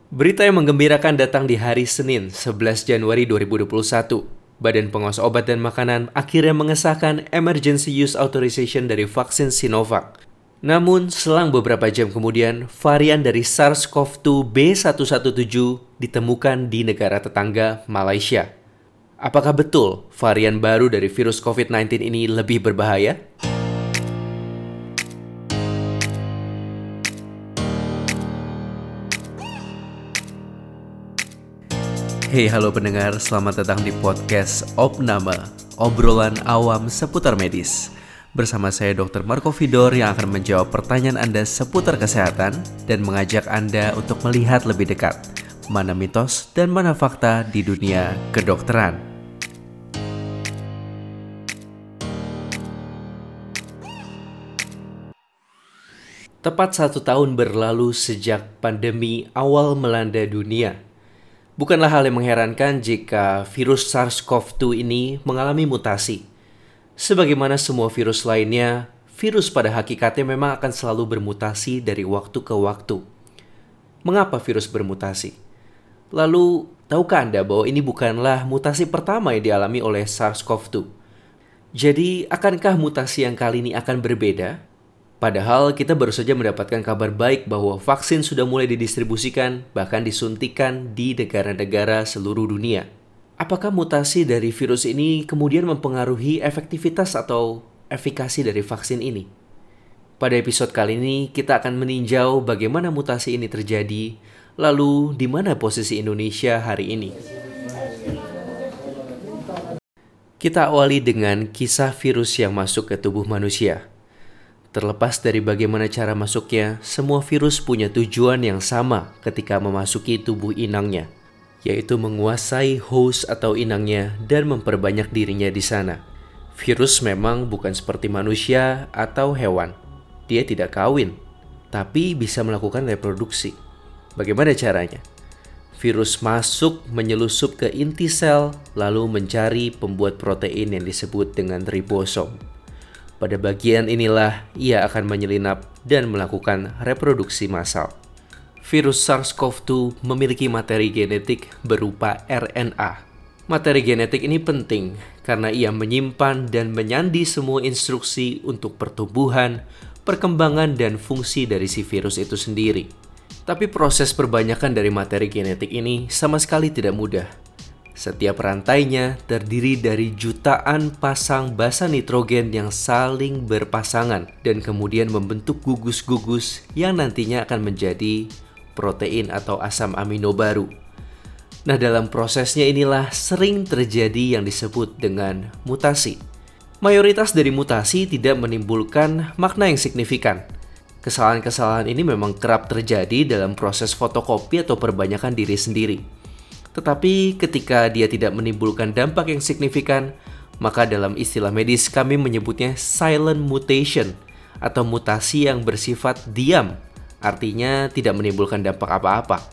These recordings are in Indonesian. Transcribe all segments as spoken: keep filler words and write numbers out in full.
Berita yang menggembirakan datang di hari Senin, sebelas Januari dua ribu dua puluh satu. Badan Pengawas Obat dan Makanan akhirnya mengesahkan Emergency Use Authorization dari vaksin Sinovac. Namun, selang beberapa jam kemudian, varian dari SARS-CoV dua B satu satu tujuh ditemukan di negara tetangga Malaysia. Apakah betul varian baru dari virus covid sembilan belas ini lebih berbahaya? Hey, halo pendengar, selamat datang di podcast Opname, obrolan awam seputar medis. Bersama saya dokter Marco Vidor yang akan menjawab pertanyaan Anda seputar kesehatan dan mengajak Anda untuk melihat lebih dekat mana mitos dan mana fakta di dunia kedokteran. Tepat satu tahun berlalu sejak pandemi awal melanda dunia. Bukanlah hal yang mengherankan jika virus SARS-CoV dua ini mengalami mutasi. Sebagaimana semua virus lainnya, virus pada hakikatnya memang akan selalu bermutasi dari waktu ke waktu. Mengapa virus bermutasi? Lalu, tahukah Anda bahwa ini bukanlah mutasi pertama yang dialami oleh SARS-CoV dua? Jadi, akankah mutasi yang kali ini akan berbeda? Padahal kita baru saja mendapatkan kabar baik bahwa vaksin sudah mulai didistribusikan, bahkan disuntikan di negara-negara seluruh dunia. Apakah mutasi dari virus ini kemudian mempengaruhi efektivitas atau efikasi dari vaksin ini? Pada episode kali ini, kita akan meninjau bagaimana mutasi ini terjadi, lalu di mana posisi Indonesia hari ini. Kita awali dengan kisah virus yang masuk ke tubuh manusia. Terlepas dari bagaimana cara masuknya, semua virus punya tujuan yang sama ketika memasuki tubuh inangnya, yaitu menguasai host atau inangnya dan memperbanyak dirinya di sana. Virus memang bukan seperti manusia atau hewan. Dia tidak kawin, tapi bisa melakukan reproduksi. Bagaimana caranya? Virus masuk menyelusup ke inti sel, lalu mencari pembuat protein yang disebut dengan ribosom. Pada bagian inilah ia akan menyelinap dan melakukan reproduksi massal. Virus SARS-CoV dua memiliki materi genetik berupa R N A. Materi genetik ini penting karena ia menyimpan dan menyandi semua instruksi untuk pertumbuhan, perkembangan, dan fungsi dari si virus itu sendiri. Tapi proses perbanyakan dari materi genetik ini sama sekali tidak mudah. Setiap rantainya terdiri dari jutaan pasang basa nitrogen yang saling berpasangan dan kemudian membentuk gugus-gugus yang nantinya akan menjadi protein atau asam amino baru. Nah, dalam prosesnya inilah sering terjadi yang disebut dengan mutasi. Mayoritas dari mutasi tidak menimbulkan makna yang signifikan. Kesalahan-kesalahan ini memang kerap terjadi dalam proses fotokopi atau perbanyakan diri sendiri. Tetapi ketika dia tidak menimbulkan dampak yang signifikan, maka dalam istilah medis kami menyebutnya silent mutation atau mutasi yang bersifat diam, artinya tidak menimbulkan dampak apa-apa.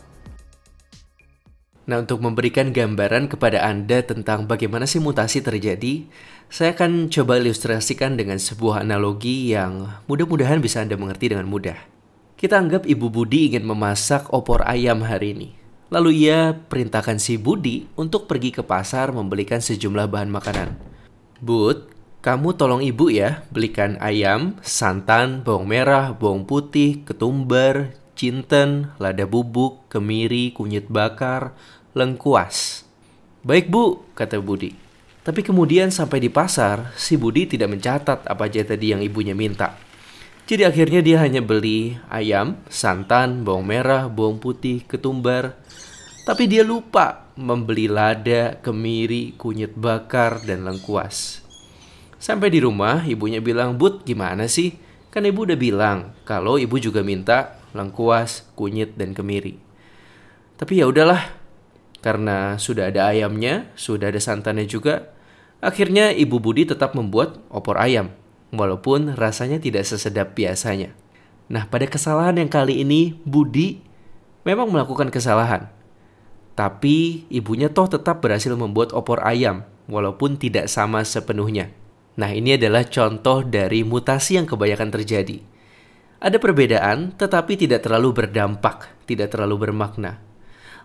Nah, untuk memberikan gambaran kepada Anda tentang bagaimana sih mutasi terjadi, saya akan coba ilustrasikan dengan sebuah analogi yang mudah-mudahan bisa Anda mengerti dengan mudah. Kita anggap Ibu Budi ingin memasak opor ayam hari ini. Lalu ia perintahkan si Budi untuk pergi ke pasar membelikan sejumlah bahan makanan. Bud, kamu tolong ibu ya belikan ayam, santan, bawang merah, bawang putih, ketumbar, jinten, lada bubuk, kemiri, kunyit bakar, lengkuas. Baik bu, kata Budi. Tapi kemudian sampai di pasar, si Budi tidak mencatat apa aja tadi yang ibunya minta. Jadi akhirnya dia hanya beli ayam, santan, bawang merah, bawang putih, ketumbar. Tapi dia lupa membeli lada, kemiri, kunyit bakar, dan lengkuas. Sampai di rumah, ibunya bilang, Bud, gimana sih? Kan ibu udah bilang kalau ibu juga minta lengkuas, kunyit, dan kemiri. Tapi ya udahlah, karena sudah ada ayamnya, sudah ada santannya juga, akhirnya Ibu Budi tetap membuat opor ayam, walaupun rasanya tidak sesedap biasanya. Nah, pada kesalahan yang kali ini, Budi memang melakukan kesalahan. Tapi ibunya toh tetap berhasil membuat opor ayam, walaupun tidak sama sepenuhnya. Nah, ini adalah contoh dari mutasi yang kebanyakan terjadi. Ada perbedaan, tetapi tidak terlalu berdampak, tidak terlalu bermakna.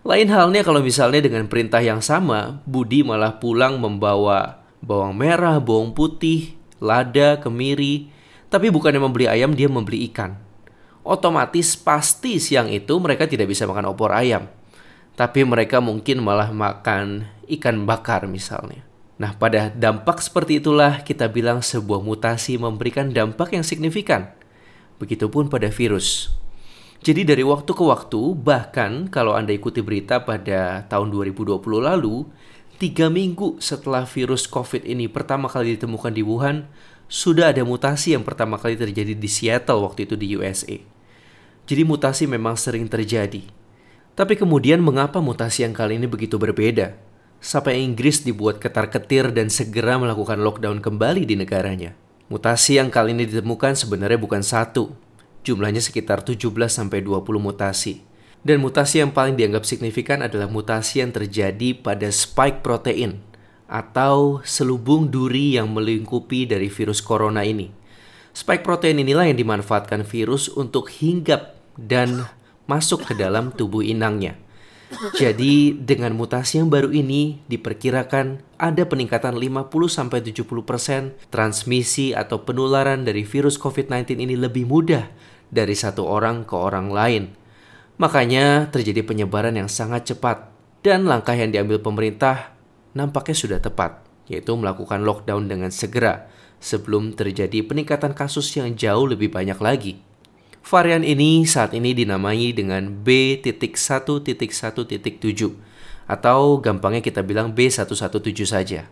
Lain halnya kalau misalnya dengan perintah yang sama, Budi malah pulang membawa bawang merah, bawang putih, lada, kemiri. Tapi bukannya membeli ayam, dia membeli ikan. Otomatis pasti siang itu mereka tidak bisa makan opor ayam. Tapi mereka mungkin malah makan ikan bakar misalnya. Nah, pada dampak seperti itulah kita bilang sebuah mutasi memberikan dampak yang signifikan. Begitupun pada virus. Jadi dari waktu ke waktu, bahkan kalau Anda ikuti berita pada tahun dua ribu dua puluh lalu, tiga minggu setelah virus COVID ini pertama kali ditemukan di Wuhan, sudah ada mutasi yang pertama kali terjadi di Seattle waktu itu di U S A. Jadi mutasi memang sering terjadi. Tapi kemudian mengapa mutasi yang kali ini begitu berbeda? Sampai Inggris dibuat ketar-ketir dan segera melakukan lockdown kembali di negaranya. Mutasi yang kali ini ditemukan sebenarnya bukan satu. Jumlahnya sekitar tujuh belas sampai dua puluh mutasi. Dan mutasi yang paling dianggap signifikan adalah mutasi yang terjadi pada spike protein atau selubung duri yang melingkupi dari virus corona ini. Spike protein inilah yang dimanfaatkan virus untuk hinggap dan masuk ke dalam tubuh inangnya. Jadi dengan mutasi yang baru ini diperkirakan ada peningkatan lima puluh sampai tujuh puluh persen transmisi atau penularan dari virus covid sembilan belas ini lebih mudah dari satu orang ke orang lain. Makanya terjadi penyebaran yang sangat cepat dan langkah yang diambil pemerintah nampaknya sudah tepat, yaitu melakukan lockdown dengan segera sebelum terjadi peningkatan kasus yang jauh lebih banyak lagi. Varian ini saat ini dinamai dengan B satu titik satu titik tujuh atau gampangnya kita bilang B seratus tujuh belas saja.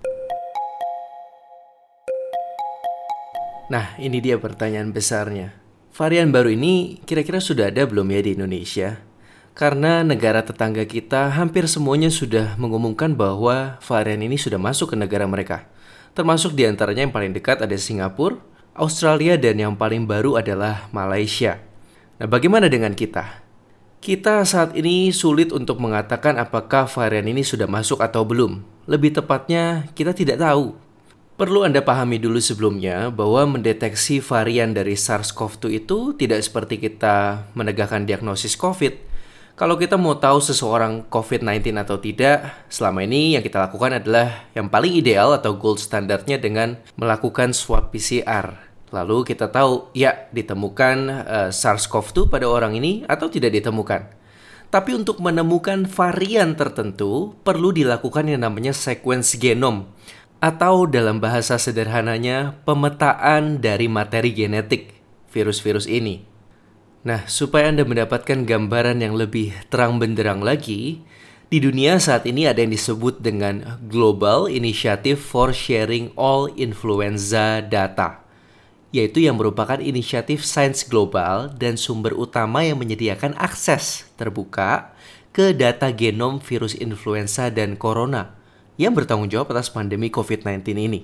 Nah, ini dia pertanyaan besarnya. Varian baru ini kira-kira sudah ada belum ya di Indonesia? Karena negara tetangga kita hampir semuanya sudah mengumumkan bahwa varian ini sudah masuk ke negara mereka. Termasuk diantaranya yang paling dekat ada Singapura, Australia, dan yang paling baru adalah Malaysia. Nah, bagaimana dengan kita? Kita saat ini sulit untuk mengatakan apakah varian ini sudah masuk atau belum. Lebih tepatnya, kita tidak tahu. Perlu Anda pahami dulu sebelumnya bahwa mendeteksi varian dari SARS-CoV dua itu tidak seperti kita menegakkan diagnosis COVID. Kalau kita mau tahu seseorang covid sembilan belas atau tidak, selama ini yang kita lakukan adalah yang paling ideal atau gold standarnya dengan melakukan swab P C R. Lalu kita tahu, ya ditemukan uh, SARS-CoV dua pada orang ini atau tidak ditemukan. Tapi untuk menemukan varian tertentu, perlu dilakukan yang namanya sequence genom. Atau dalam bahasa sederhananya, pemetaan dari materi genetik virus-virus ini. Nah, supaya Anda mendapatkan gambaran yang lebih terang benderang lagi, di dunia saat ini ada yang disebut dengan Global Initiative for Sharing All Influenza Data, yaitu yang merupakan inisiatif sains global dan sumber utama yang menyediakan akses terbuka ke data genom virus influenza dan corona yang bertanggung jawab atas pandemi covid sembilan belas ini.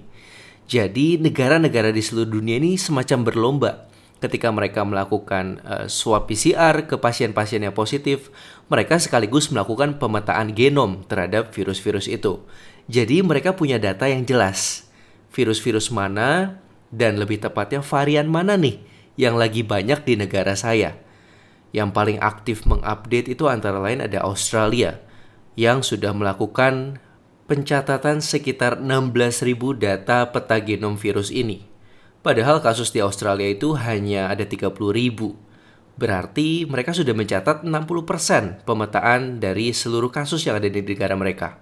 Jadi, negara-negara di seluruh dunia ini semacam berlomba. Ketika mereka melakukan uh, swab P C R ke pasien-pasien yang positif, mereka sekaligus melakukan pemetaan genom terhadap virus-virus itu. Jadi mereka punya data yang jelas. Virus-virus mana dan lebih tepatnya varian mana nih yang lagi banyak di negara saya. Yang paling aktif mengupdate itu antara lain ada Australia yang sudah melakukan pencatatan sekitar enam belas ribu data peta genom virus ini. Padahal kasus di Australia itu hanya ada tiga puluh ribu. Berarti mereka sudah mencatat enam puluh persen pemetaan dari seluruh kasus yang ada di negara mereka.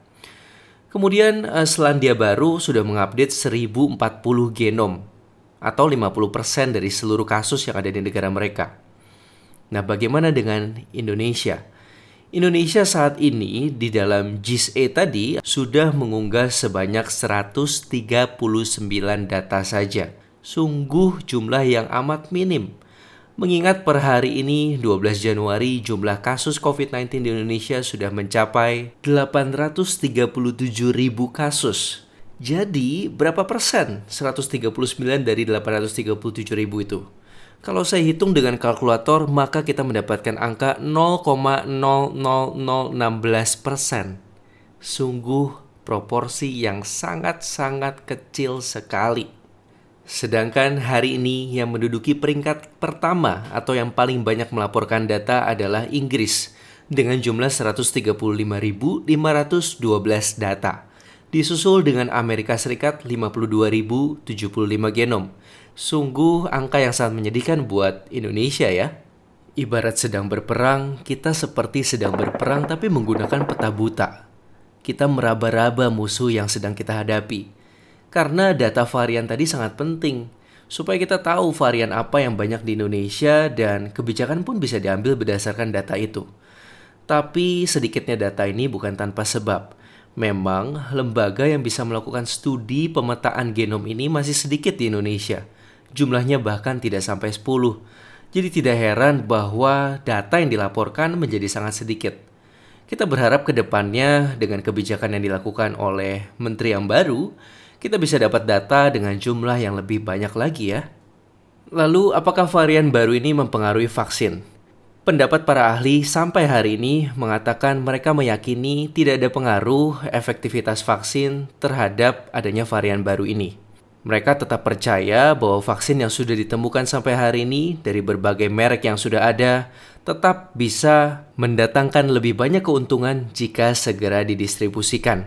Kemudian Selandia Baru sudah mengupdate seribu empat puluh genom atau lima puluh persen dari seluruh kasus yang ada di negara mereka. Nah, bagaimana dengan Indonesia? Indonesia saat ini di dalam G I S E tadi sudah mengunggah sebanyak seratus tiga puluh sembilan data saja. Sungguh jumlah yang amat minim. Mengingat per hari ini dua belas Januari jumlah kasus covid sembilan belas di Indonesia sudah mencapai delapan ratus tiga puluh tujuh ribu kasus. Jadi berapa persen seratus tiga puluh sembilan dari delapan ratus tiga puluh tujuh ribu itu? Kalau saya hitung dengan kalkulator maka kita mendapatkan angka nol koma nol nol nol satu enam persen. Sungguh proporsi yang sangat-sangat kecil sekali. Sedangkan hari ini yang menduduki peringkat pertama atau yang paling banyak melaporkan data adalah Inggris dengan jumlah seratus tiga puluh lima ribu lima ratus dua belas data. Disusul dengan Amerika Serikat lima puluh dua ribu tujuh puluh lima genom. Sungguh angka yang sangat menyedihkan buat Indonesia ya. Ibarat sedang berperang, kita seperti sedang berperang tapi menggunakan peta buta. Kita meraba-raba musuh yang sedang kita hadapi. Karena data varian tadi sangat penting, supaya kita tahu varian apa yang banyak di Indonesia dan kebijakan pun bisa diambil berdasarkan data itu. Tapi sedikitnya data ini bukan tanpa sebab. Memang lembaga yang bisa melakukan studi pemetaan genom ini masih sedikit di Indonesia. Jumlahnya bahkan tidak sampai sepuluh. Jadi tidak heran bahwa data yang dilaporkan menjadi sangat sedikit. Kita berharap ke depannya dengan kebijakan yang dilakukan oleh menteri yang baru, kita bisa dapat data dengan jumlah yang lebih banyak lagi ya. Lalu apakah varian baru ini mempengaruhi vaksin? Pendapat para ahli sampai hari ini mengatakan mereka meyakini tidak ada pengaruh efektivitas vaksin terhadap adanya varian baru ini. Mereka tetap percaya bahwa vaksin yang sudah ditemukan sampai hari ini dari berbagai merek yang sudah ada tetap bisa mendatangkan lebih banyak keuntungan jika segera didistribusikan.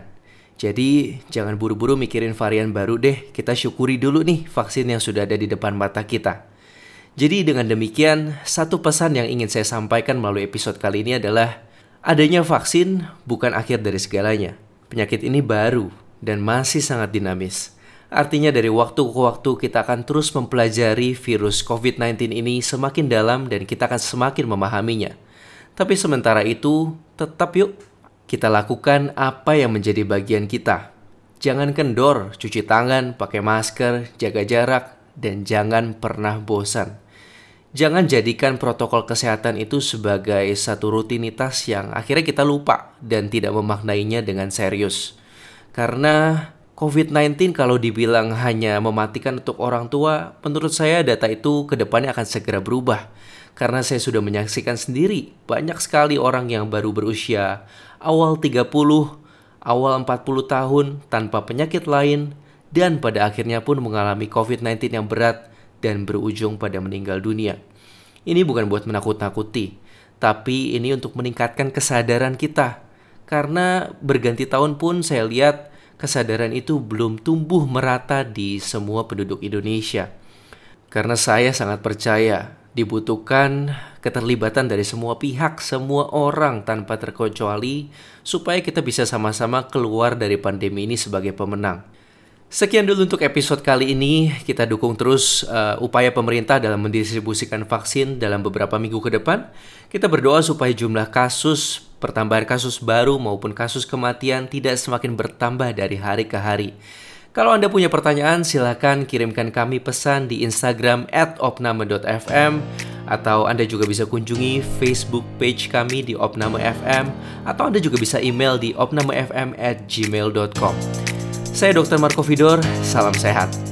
Jadi jangan buru-buru mikirin varian baru deh, kita syukuri dulu nih vaksin yang sudah ada di depan mata kita. Jadi dengan demikian, satu pesan yang ingin saya sampaikan melalui episode kali ini adalah adanya vaksin bukan akhir dari segalanya. Penyakit ini baru dan masih sangat dinamis. Artinya dari waktu ke waktu kita akan terus mempelajari virus covid sembilan belas ini semakin dalam dan kita akan semakin memahaminya. Tapi sementara itu, tetap yuk kita lakukan apa yang menjadi bagian kita. Jangan kendor, cuci tangan, pakai masker, jaga jarak, dan jangan pernah bosan. Jangan jadikan protokol kesehatan itu sebagai satu rutinitas yang akhirnya kita lupa dan tidak memaknainya dengan serius. Karena covid sembilan belas kalau dibilang hanya mematikan untuk orang tua, menurut saya data itu ke depannya akan segera berubah. Karena saya sudah menyaksikan sendiri, banyak sekali orang yang baru berusia awal tiga puluh, awal empat puluh tahun tanpa penyakit lain, dan pada akhirnya pun mengalami covid sembilan belas yang berat dan berujung pada meninggal dunia. Ini bukan buat menakut-nakuti, tapi ini untuk meningkatkan kesadaran kita. Karena berganti tahun pun saya lihat kesadaran itu belum tumbuh merata di semua penduduk Indonesia. Karena saya sangat percaya dibutuhkan keterlibatan dari semua pihak, semua orang tanpa terkecuali, supaya kita bisa sama-sama keluar dari pandemi ini sebagai pemenang. Sekian dulu untuk episode kali ini. Kita dukung terus uh, upaya pemerintah dalam mendistribusikan vaksin dalam beberapa minggu ke depan. Kita berdoa supaya jumlah kasus, pertambahan kasus baru maupun kasus kematian tidak semakin bertambah dari hari ke hari. Kalau Anda punya pertanyaan, silakan kirimkan kami pesan di Instagram at opname dot f m atau Anda juga bisa kunjungi Facebook page kami di opname dot f m atau Anda juga bisa email di opname f m at gmail dot com. Saya dokter Marco Vidor, salam sehat.